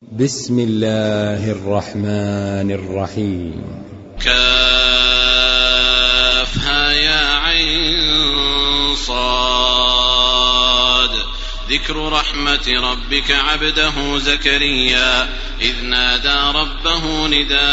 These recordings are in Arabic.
بسم الله الرحمن الرحيم. كافها يا عين صاد. ذكر رحمة ربك عبده زكريا إذ نادى ربه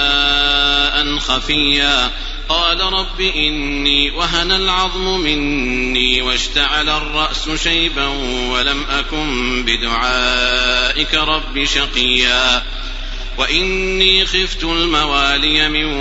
نداء خفيا قال رب إني وهن العظم مني واشتعل الرأس شيبا ولم أكن بدعائك رب شقيا وإني خفت الموالي من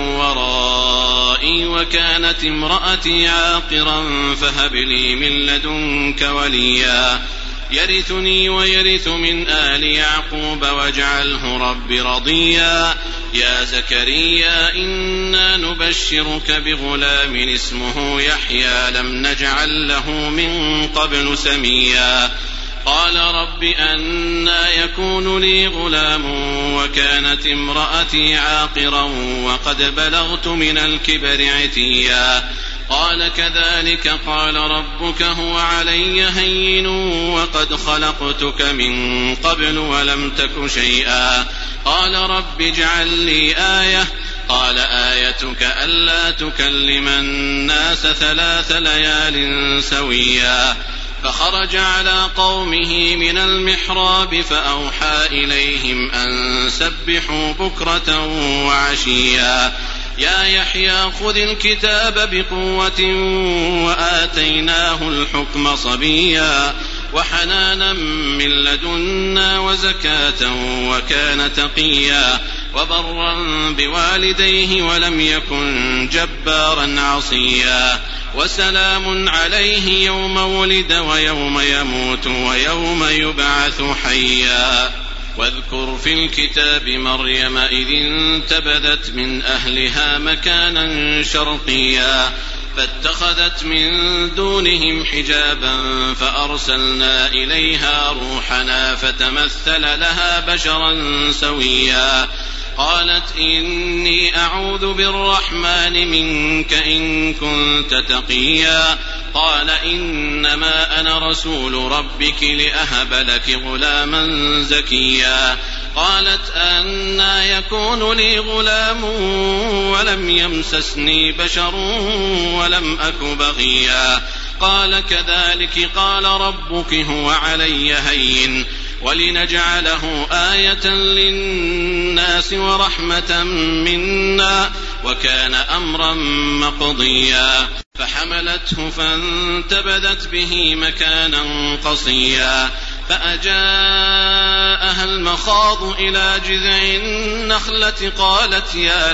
ورائي وكانت امرأتي عاقرا فهب لي من لدنك وليا يرثني ويرث من آل يعقوب واجعله رب رضيا يا زكريا إنا نبشرك بغلام اسمه يحيى لم نجعل له من قبل سميا قال رب أنى يكون لي غلام وكانت امرأتي عاقرا وقد بلغت من الكبر عتيا قال كذلك قال ربك هو علي هين وقد خلقتك من قبل ولم تك شيئا قال رب اجعل لي آية قال آيتك ألا تكلم الناس 3 ليال سويا فخرج على قومه من المحراب فأوحى إليهم أن سبحوا بكرة وعشيا يا يحيى خذ الكتاب بقوة وآتيناه الحكم صبيا وحنانا من لدنا وزكاة وكان تقيا وبرا بوالديه ولم يكن جبارا عصيا وسلام عليه يوم ولد ويوم يموت ويوم يبعث حيا واذكر في الكتاب مريم إذ انتبذت من أهلها مكانا شرقيا فاتخذت من دونهم حجابا فأرسلنا إليها روحنا فتمثل لها بشرا سويا قالت إني أعوذ بالرحمن منك إن كنت تقيا قال إنما أنا رسول ربك لأهب لك غلاما زكيا قالت أنى يكون لي غلام ولم يمسسني بشر ولم أك بغيا قال كذلك قال ربك هو علي هين ولنجعله آية للناس ورحمة منا وكان أمرا مقضيا فحملته فانتبذت به مكانا قصيا فأجاءها المخاض إلى جذع النخلة قالت يا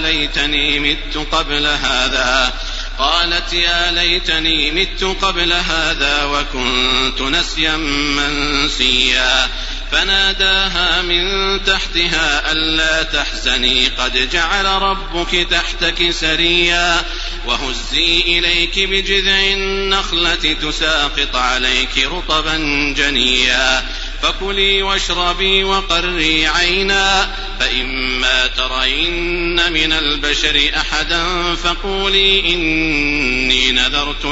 ليتني مت قبل هذا وكنت نسيا منسيا فناداها من تحتها ألا تحزني قد جعل ربك تحتك سريا وهزي إليك بجذع النخلة تساقط عليك رطبا جنيا فكلي واشربي وقري عينا فإما ترين من البشر أحدا فقولي إني نذرت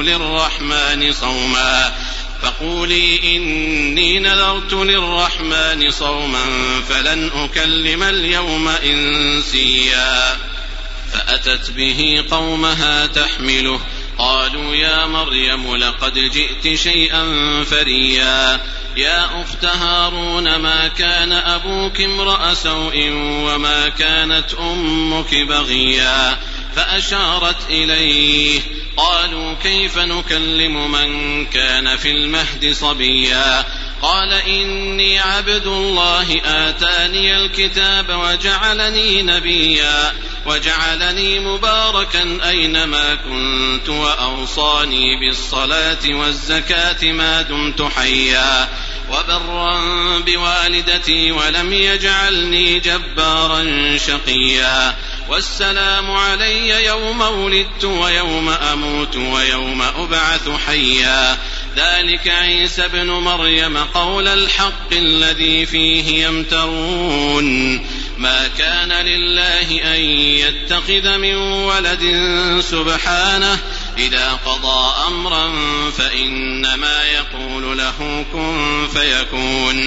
للرحمن صوما فلن أكلم اليوم إنسيا فأتت به قومها تحمله قالوا يا مريم لقد جئت شيئا فريا يا أخت هارون ما كان أبوك امرأ سوء وما كانت أمك بغيا فأشارت إليه قالوا كيف نكلم من كان في المهد صبيا قال إني عبد الله آتاني الكتاب وجعلني نبيا وجعلني مباركا أينما كنت وأوصاني بالصلاة والزكاة ما دمت حيا وبرا بوالدتي ولم يجعلني جبارا شقيا والسلام علي يوم ولدت ويوم أموت ويوم أبعث حيا ذلك عيسى ابن مريم قول الحق الذي فيه يمترون ما كان لله أن يتخذ من ولد سبحانه إذا قضى أمرا فإنما يقول له كن فيكون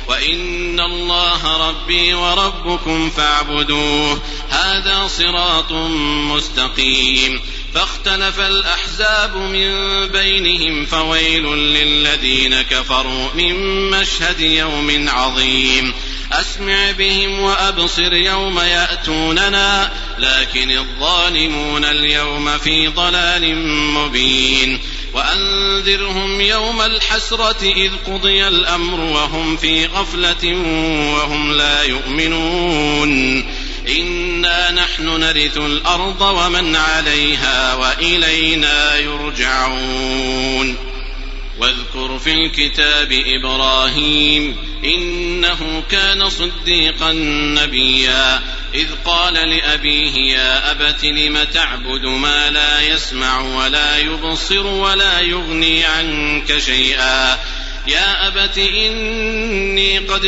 وإن الله ربي وربكم فاعبدوه هذا صراط مستقيم. فاختلف الأحزاب من بينهم فويل للذين كفروا من مشهد يوم عظيم. أسمع بهم وأبصر يوم يأتوننا لكن الظالمون اليوم في ضلال مبين. وأنذرهم يوم الحسرة إذ قضي الأمر وهم في غفلة وهم لا يؤمنون. إنا نحن نرث الأرض ومن عليها وإلينا يرجعون. واذكر في الكتاب إبراهيم إنه كان صديقا نبيا إذ قال لأبيه يا أبت لم تعبد ما لا يسمع ولا يبصر ولا يغني عنك شيئا يا أبت إني قد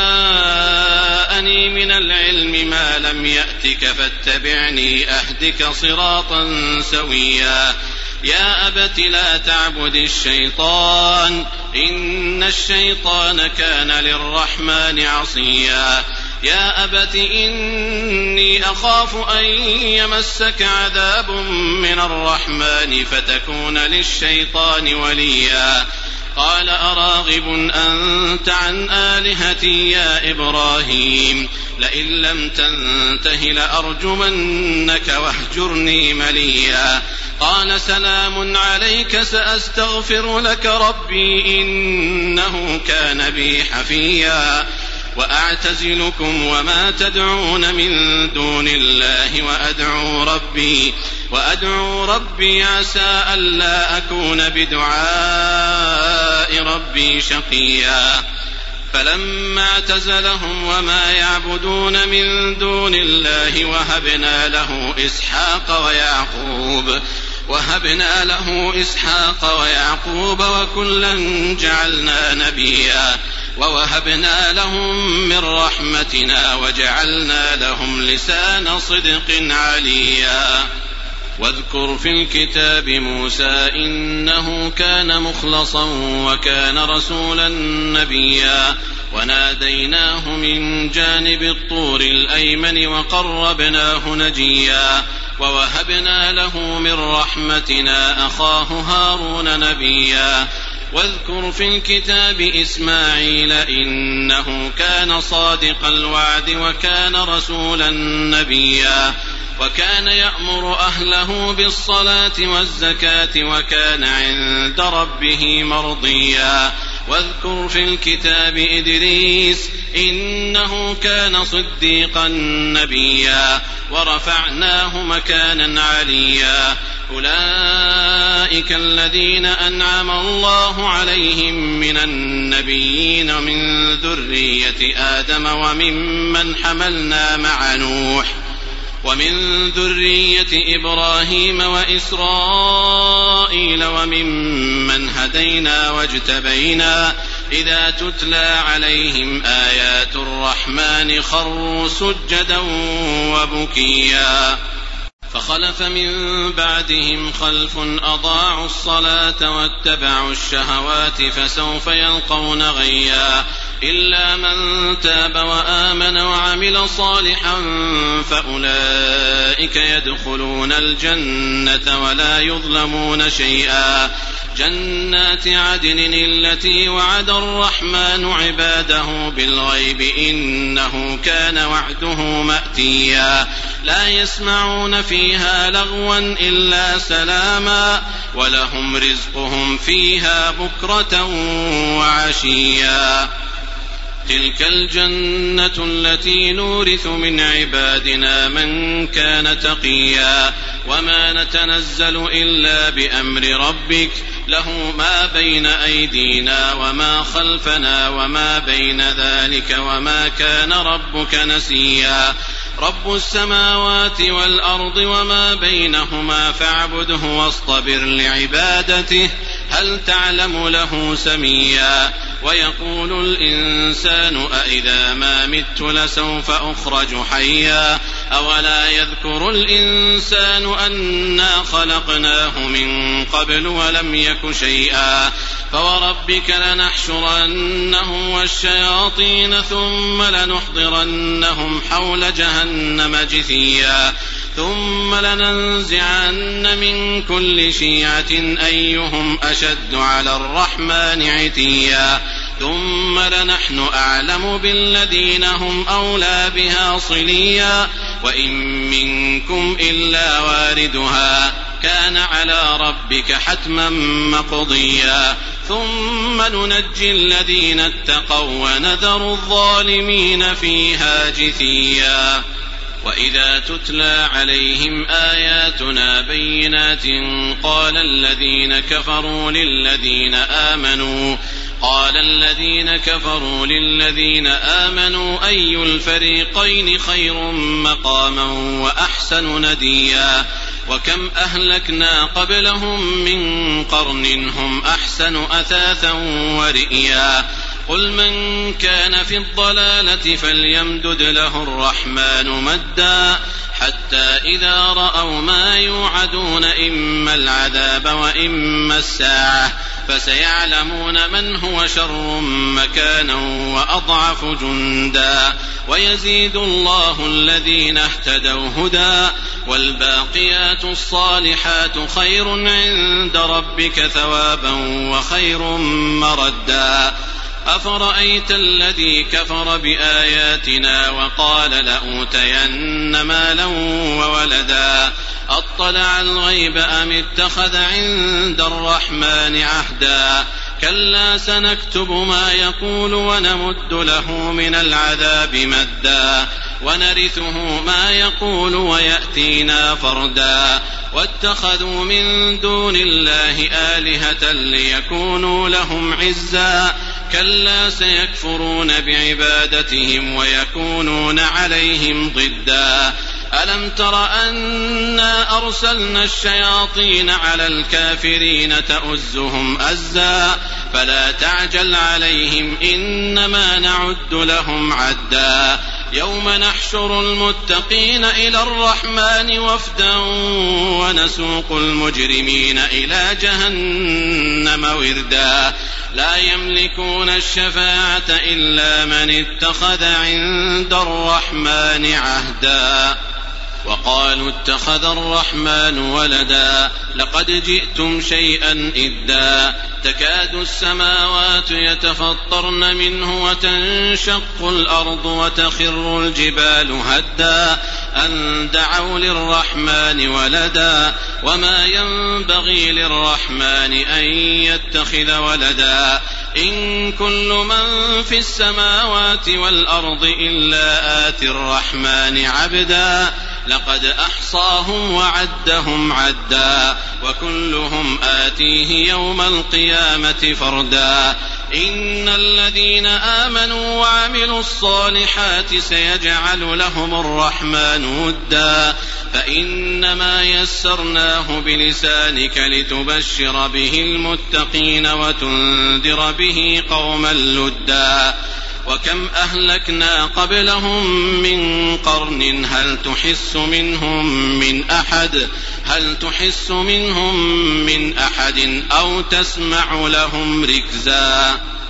جاءني من العلم ما لم يأتك فاتبعني أهدك صراطا سويا يا أبت لا تعبد الشيطان إن الشيطان كان للرحمن عصيا يا أبت إني أخاف أن يمسك عذاب من الرحمن فتكون للشيطان وليا قال أراغب أنت عن آلهتي يا إبراهيم لئن لم تنته لأرجمنك واهجرني مليا قال سلام عليك سأستغفر لك ربي إنه كان بي حفيا وأعتزلكم وما تدعون من دون الله وأدعو ربي عسى ألا أكون بدعاء ربي شقيا فلما اعتزلهم وما يعبدون من دون الله وهبنا له إسحاق ويعقوب وكلا جعلنا نبيا ووهبنا لهم من رحمتنا وجعلنا لهم لسان صدق عليا واذكر في الكتاب موسى إنه كان مخلصا وكان رسولا نبيا وناديناه من جانب الطور الأيمن وقربناه نجيا ووهبنا له من رحمتنا أخاه هارون نبيا واذكر في الكتاب إسماعيل إنه كان صادق الوعد وكان رسولا نبيا وكان يأمر أهله بالصلاة والزكاة وكان عند ربه مرضيا واذكر في الكتاب إدريس إنه كان صديقا نبيا ورفعناه مكانا عليا أولئك الذين أنعم الله عليهم من النبيين من ذرية آدم وممن حملنا مع نوح ومن ذرية إبراهيم وإسرائيل وممن هدينا واجتبينا إذا تتلى عليهم آيات الرحمن خروا سجدا وبكيا فخلف من بعدهم خلف أضاعوا الصلاة واتبعوا الشهوات فسوف يلقون غيا إلا من تاب وآمن وعمل صالحا فأولئك يدخلون الجنة ولا يظلمون شيئا جنات عدن التي وعد الرحمن عباده بالغيب إنه كان وعده مأتيا لا يسمعون فيها لغوا إلا سلاما ولهم رزقهم فيها بكرة وعشيا تلك الجنة التي نورث من عبادنا من كان تقيا وما نتنزل إلا بأمر ربك له ما بين أيدينا وما خلفنا وما بين ذلك وما كان ربك نسيا رب السماوات والأرض وما بينهما فاعبده واصطبر لعبادته هل تعلم له سميا ويقول الإنسان أإذا ما مت لسوف أخرج حيا أولا يذكر الإنسان أنا خلقناه من قبل ولم يك شيئا فوربك لنحشرنهم والشياطين ثم لنحضرنهم حول جهنم جثيا ثم لننزعن من كل شيعة أيهم أشد على الرحمن عتيا ثم لنحن أعلم بالذين هم أولى بها صليا وإن منكم إلا واردها كان على ربك حتما مقضيا ثم ننجي الذين اتقوا ونذر الظالمين فيها جثيا وإذا تتلى عليهم آياتنا بينات قال الذين كفروا للذين آمنوا أي الفريقين خير مقاما وأحسن نديا وكم أهلكنا قبلهم من قرن هم أحسن أثاثا ورئيا قل من كان في الضلالة فليمدد له الرحمن مدا حتى إذا رأوا ما يوعدون إما العذاب وإما الساعة فسيعلمون من هو شر مكانا وأضعف جندا ويزيد الله الذين اهتدوا هدى والباقيات الصالحات خير عند ربك ثوابا وخير مردا أفرأيت الذي كفر بآياتنا وقال لأوتين مالا وولدا أطلع الغيب أم اتخذ عند الرحمن عهدا كلا سنكتب ما يقول ونمد له من العذاب مدا ونرثه ما يقول ويأتينا فردا واتخذوا من دون الله آلهة ليكونوا لهم عزا كلا سيكفرون بعبادتهم ويكونون عليهم ضدا ألم تر أنا أرسلنا الشياطين على الكافرين تؤزهم أزا فلا تعجل عليهم إنما نعد لهم عدا يوم نحشر المتقين إلى الرحمن وفدا ونسوق المجرمين إلى جهنم وردا لا يملكون الشفاعة إلا من اتخذ عند الرحمن عهدا وقالوا اتخذ الرحمن ولدا لقد جئتم شيئا إدا تكاد السماوات يتفطرن منه وتنشق الأرض وتخر الجبال هدا أن دعوا للرحمن ولدا وما ينبغي للرحمن أن يتخذ ولدا إن كل من في السماوات والأرض إلا آتي الرحمن عبدا لقد أحصاهم وعدهم عدا وكلهم آتيه يوم القيامة فردا إن الذين آمنوا وعملوا الصالحات سيجعل لهم الرحمن ودا فإنما يسرناه بلسانك لتبشر به المتقين وتنذر به قوما لدا وكم أهلكنا قبلهم من قرن هل تحس منهم من أحد أو تسمع لهم ركزا